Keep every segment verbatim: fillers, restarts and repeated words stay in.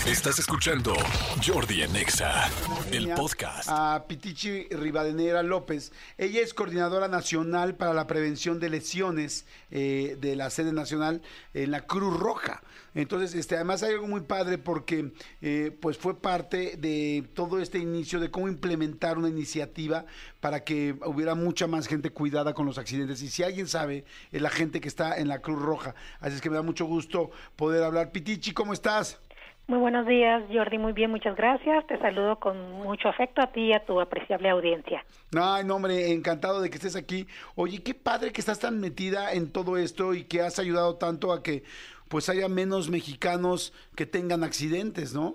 Estás escuchando Jordi en Exa, el podcast. A Pitichi Rivadeneira López. Ella es coordinadora nacional para la prevención de lesiones eh, de la sede nacional en la Cruz Roja. Entonces, este, además hay algo muy padre porque eh, pues fue parte de todo este inicio de cómo implementar una iniciativa para que hubiera mucha más gente cuidada con los accidentes. Y si alguien sabe, es la gente que está en la Cruz Roja. Así es que me da mucho gusto poder hablar. Pitichi, ¿cómo estás? Muy buenos días, Jordi, muy bien, muchas gracias. Te saludo con mucho afecto a ti y a tu apreciable audiencia. Ay, no, hombre, encantado de que estés aquí. Oye, qué padre que estás tan metida en todo esto y que has ayudado tanto a que pues haya menos mexicanos que tengan accidentes, ¿no?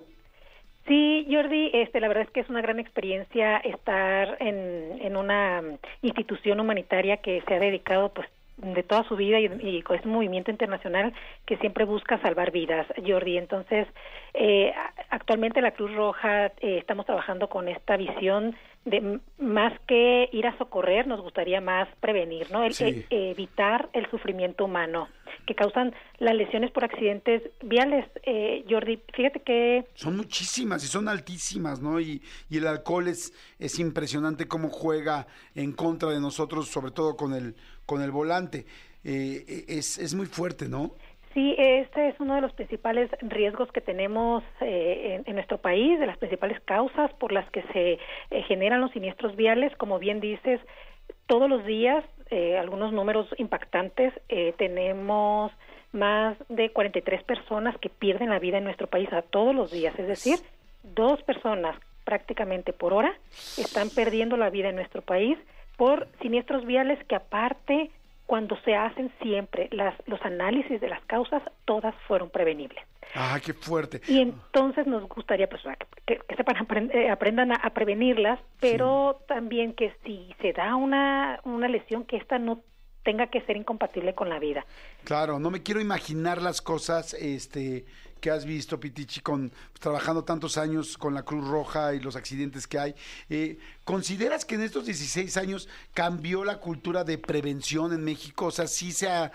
Sí, Jordi, este, la verdad es que es una gran experiencia estar en, en una institución humanitaria que se ha dedicado pues de toda su vida y, y es un movimiento internacional que siempre busca salvar vidas, Jordi. Entonces, eh, actualmente la Cruz Roja eh, estamos trabajando con esta visión de más que ir a socorrer, nos gustaría más prevenir, ¿no? El, Sí. eh, evitar el sufrimiento humano que causan las lesiones por accidentes viales. Eh, Jordi, fíjate que... Son muchísimas y son altísimas, ¿no? Y, y el alcohol es, es impresionante cómo juega en contra de nosotros, sobre todo con el, con el volante. Eh, es, es muy fuerte, ¿no? Sí, este es uno de los principales riesgos que tenemos eh, en, en nuestro país, de las principales causas por las que se eh, generan los siniestros viales. Como bien dices, todos los días, eh, algunos números impactantes, eh, tenemos más de cuarenta y tres personas que pierden la vida en nuestro país a todos los días, es decir, dos personas prácticamente por hora están perdiendo la vida en nuestro país por siniestros viales que aparte, cuando se hacen siempre las, los análisis de las causas, todas fueron prevenibles. Ah, qué fuerte. Y entonces nos gustaría pues, que, que sepan aprend, eh, aprendan a, a prevenirlas, pero sí. También que si se da una, una lesión, que esta no tenga que ser incompatible con la vida. Claro, no me quiero imaginar las cosas este, que has visto, Pitichi, con, pues, trabajando tantos años con la Cruz Roja y los accidentes que hay. Eh, ¿Consideras que en estos dieciséis años cambió la cultura de prevención en México? O sea, ¿sí se ha,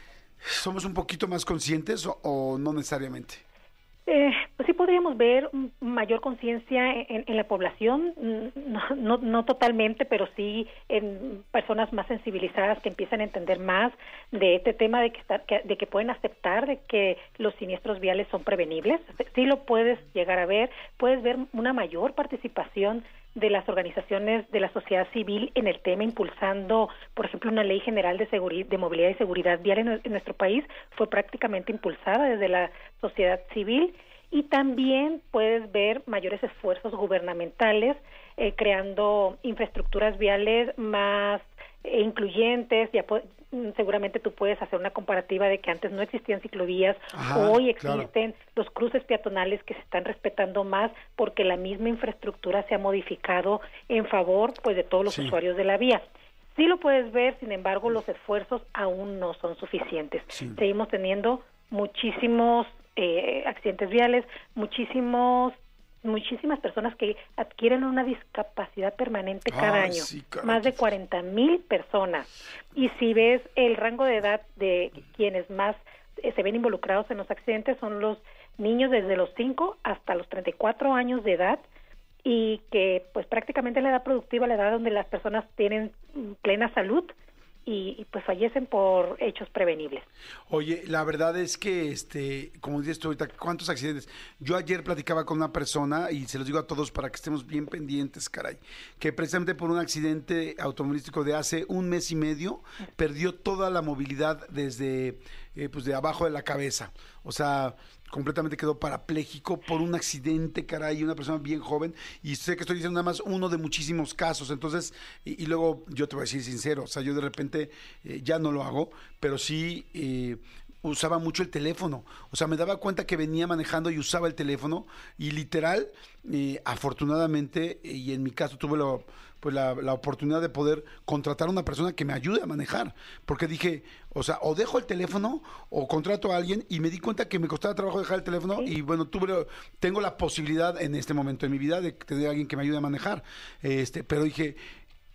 somos un poquito más conscientes o, o no necesariamente? Eh, pues sí podríamos ver mayor conciencia en, en la población, no, no, no totalmente, pero sí en personas más sensibilizadas que empiezan a entender más de este tema de que, estar, que, de que pueden aceptar de que los siniestros viales son prevenibles. Sí lo puedes llegar a ver, puedes ver una mayor participación de las organizaciones de la sociedad civil en el tema, impulsando, por ejemplo, una ley general de seguridad, de movilidad y seguridad vial en, en nuestro país, fue prácticamente impulsada desde la sociedad civil, y también puedes ver mayores esfuerzos gubernamentales eh, creando infraestructuras viales más eh, incluyentes. Ya seguramente tú puedes hacer una comparativa de que antes no existían ciclovías, Ajá, hoy existen claro. Los cruces peatonales que se están respetando más porque la misma infraestructura se ha modificado en favor pues de todos los sí. usuarios de la vía. Sí lo puedes ver, sin embargo, los esfuerzos aún no son suficientes. Sí. Seguimos teniendo muchísimos eh, accidentes viales, muchísimos muchísimas personas que adquieren una discapacidad permanente cada Ay, año, sí, más de cuarenta mil personas. Y si ves el rango de edad de quienes más eh, se ven involucrados en los accidentes, son los niños desde los cinco hasta los treinta y cuatro años de edad, y que pues prácticamente la edad productiva, la edad donde las personas tienen plena salud, Y, y pues fallecen por hechos prevenibles. Oye, la verdad es que, este, como dices tú ahorita, ¿cuántos accidentes? Yo ayer platicaba con una persona, y se los digo a todos para que estemos bien pendientes, caray, que precisamente por un accidente automovilístico de hace un mes y medio, perdió toda la movilidad desde, eh, pues de abajo de la cabeza. O sea, completamente quedó parapléjico por un accidente, caray, una persona bien joven, y sé que estoy diciendo nada más uno de muchísimos casos. Entonces, y, y luego yo te voy a decir sincero, o sea, yo de repente eh, ya no lo hago, pero sí eh, usaba mucho el teléfono. O sea, me daba cuenta que venía manejando y usaba el teléfono, y literal, eh, afortunadamente, y en mi caso tuve lo, pues la, la oportunidad de poder contratar a una persona que me ayude a manejar, porque dije, o sea, o dejo el teléfono o contrato a alguien, y me di cuenta que me costaba trabajo dejar el teléfono. Sí. Y bueno, tuve, tengo la posibilidad en este momento de mi vida de tener a alguien que me ayude a manejar, este, pero dije,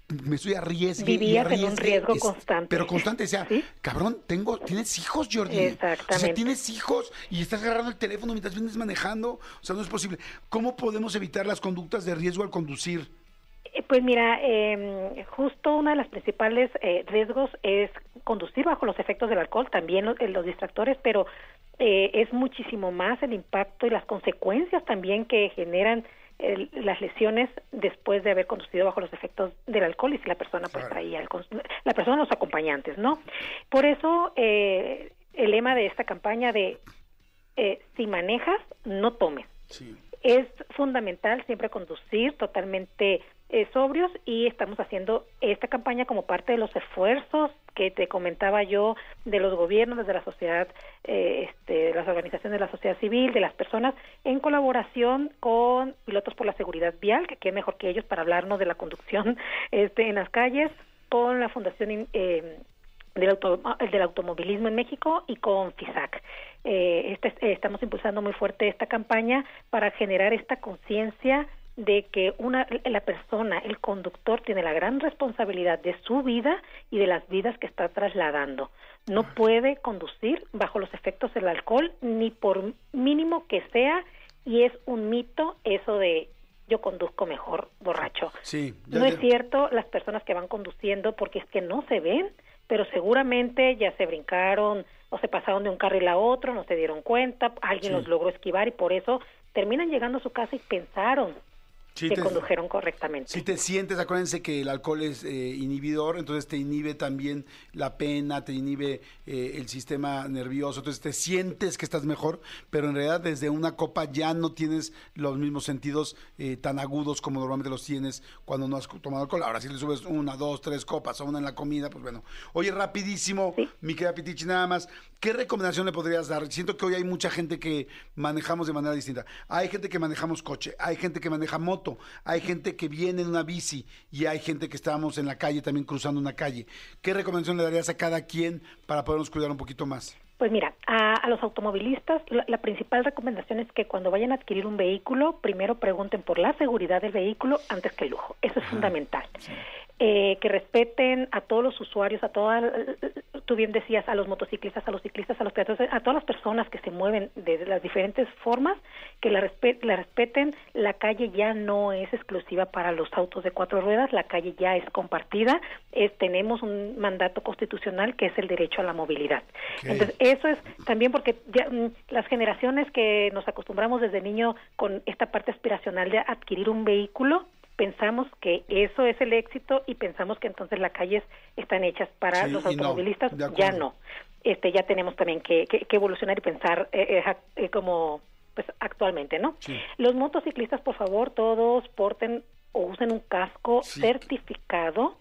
me estoy arriesgue Vivías y arriesgue, en un riesgo es, constante. Pero constante, o sea, ¿Sí? cabrón, tengo, tienes hijos, Jordi. Exactamente. O sea, tienes hijos y estás agarrando el teléfono mientras vienes manejando. O sea, no es posible. ¿Cómo podemos evitar las conductas de riesgo al conducir? Pues mira, eh, justo uno de los principales eh, riesgos es conducir bajo los efectos del alcohol, también los, los distractores, pero eh, es muchísimo más el impacto y las consecuencias también que generan el, las lesiones después de haber conducido bajo los efectos del alcohol y si la persona pues Claro. traía alcohol, la persona, los acompañantes, ¿no? Por eso eh, el lema de esta campaña de eh, si manejas, no tomes. Sí. Es fundamental siempre conducir totalmente eh, sobrios y estamos haciendo esta campaña como parte de los esfuerzos que te comentaba yo de los gobiernos, de la sociedad, eh, este, de las organizaciones de la sociedad civil, de las personas, en colaboración con Pilotos por la Seguridad Vial, que qué mejor que ellos para hablarnos de la conducción este, en las calles, con la Fundación eh, del, auto, del automovilismo en México y con FISAC. Eh, este, eh, estamos impulsando muy fuerte esta campaña para generar esta conciencia de que una la persona, el conductor, tiene la gran responsabilidad de su vida y de las vidas que está trasladando. No puede conducir bajo los efectos del alcohol, ni por mínimo que sea, y es un mito eso de yo conduzco mejor borracho. Sí, ya, no ya. es cierto, las personas que van conduciendo, porque es que no se ven, pero seguramente ya se brincaron o se pasaron de un carril a otro, no se dieron cuenta, alguien Sí. los logró esquivar y por eso terminan llegando a su casa y pensaron Sí, que te- condujeron correctamente. Si te sientes, acuérdense que el alcohol es eh, inhibidor, entonces te inhibe también la pena, te inhibe eh, el sistema nervioso, entonces te sientes que estás mejor, pero en realidad desde una copa ya no tienes los mismos sentidos eh, tan agudos como normalmente los tienes cuando no has tomado alcohol. Ahora si le subes una, dos, tres copas o una en la comida, pues bueno. Oye, rapidísimo, Sí. mi querida Pitichi, nada más, ¿qué recomendación le podrías dar? Siento que hoy hay mucha gente que manejamos de manera distinta. Hay gente que manejamos coche, hay gente que maneja moto, hay gente que viene en una bici y hay gente que estamos en la calle también cruzando una calle. ¿Qué recomendación le darías a cada quien para podernos cuidar un poquito más? Pues mira, a, a los automovilistas la, la principal recomendación es que cuando vayan a adquirir un vehículo, primero pregunten por la seguridad del vehículo antes que el lujo. Eso es Ajá, fundamental. sí. Eh, que respeten a todos los usuarios, a todas, tú bien decías, a los motociclistas, a los ciclistas, a los peatones, a todas las personas que se mueven de las diferentes formas, que la, respe- la respeten. La calle ya no es exclusiva para los autos de cuatro ruedas, la calle ya es compartida. Es, tenemos un mandato constitucional que es el derecho a la movilidad. Ok. Entonces, eso es también porque ya, mm, las generaciones que nos acostumbramos desde niño con esta parte aspiracional de adquirir un vehículo, pensamos que eso es el éxito y pensamos que entonces las calles están hechas para Sí, los y no, automovilistas. de acuerdo. Ya no. Este, ya tenemos también que, que, que evolucionar y pensar eh, eh, eh, como pues actualmente, ¿no? Sí. Los motociclistas, por favor, todos porten o usen un casco Sí. certificado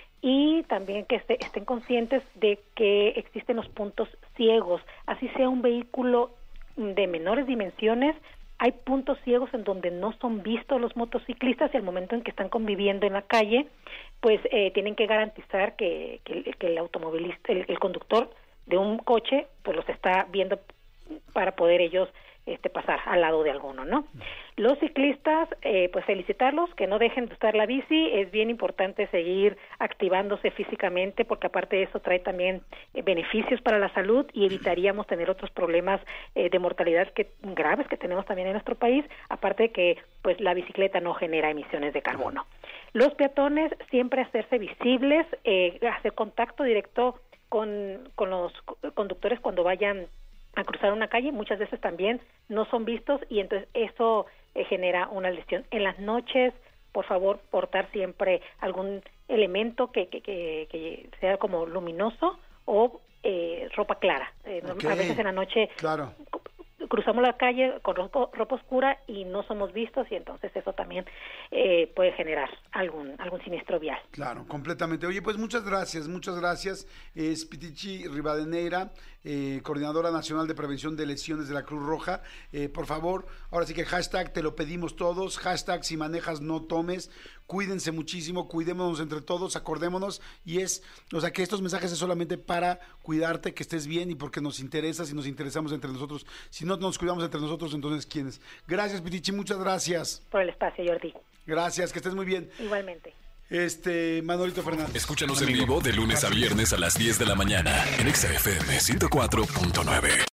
y también que este- estén conscientes de que existen los puntos ciegos, así sea un vehículo de menores dimensiones. Hay puntos ciegos en donde no son vistos los motociclistas y al momento en que están conviviendo en la calle, pues eh, tienen que garantizar que, que, el- que el automovilista, el, el conductor de un coche, pues los está viendo para poder ellos este, pasar al lado de alguno, ¿no? Los ciclistas, eh, pues felicitarlos, que no dejen de usar la bici. Es bien importante seguir activándose físicamente porque aparte de eso trae también eh, beneficios para la salud y evitaríamos tener otros problemas eh, de mortalidad que graves que tenemos también en nuestro país, aparte de que pues la bicicleta no genera emisiones de carbono. Los peatones siempre hacerse visibles, eh, hacer contacto directo con, con los conductores cuando vayan a cruzar una calle, muchas veces también no son vistos y entonces eso eh, genera una lesión. En las noches, por favor, portar siempre algún elemento que, que, que, que sea como luminoso o eh, ropa clara. Eh, Ok. A veces en la noche Claro. cruzamos la calle con ropa, ropa oscura y no somos vistos y entonces eso también eh, puede generar algún algún siniestro vial. Claro, completamente. Oye, pues muchas gracias, muchas gracias. Es Pitichi Rivadeneira, eh, Coordinadora Nacional de Prevención de Lesiones de la Cruz Roja. Eh, por favor, ahora sí que hashtag te lo pedimos todos, hashtag si manejas no tomes. Cuídense muchísimo, cuidémonos entre todos, acordémonos y es, o sea, que estos mensajes es solamente para cuidarte, que estés bien y porque nos interesa, si nos interesamos entre nosotros. Si no nos cuidamos entre nosotros, entonces ¿quiénes? Gracias, Pitichi, muchas gracias. Por el espacio, Jordi. Gracias, que estés muy bien. Igualmente. Este, Manolito Fernández. Escúchanos en vivo de lunes a viernes a las diez de la mañana en Exa F M ciento cuatro punto nueve.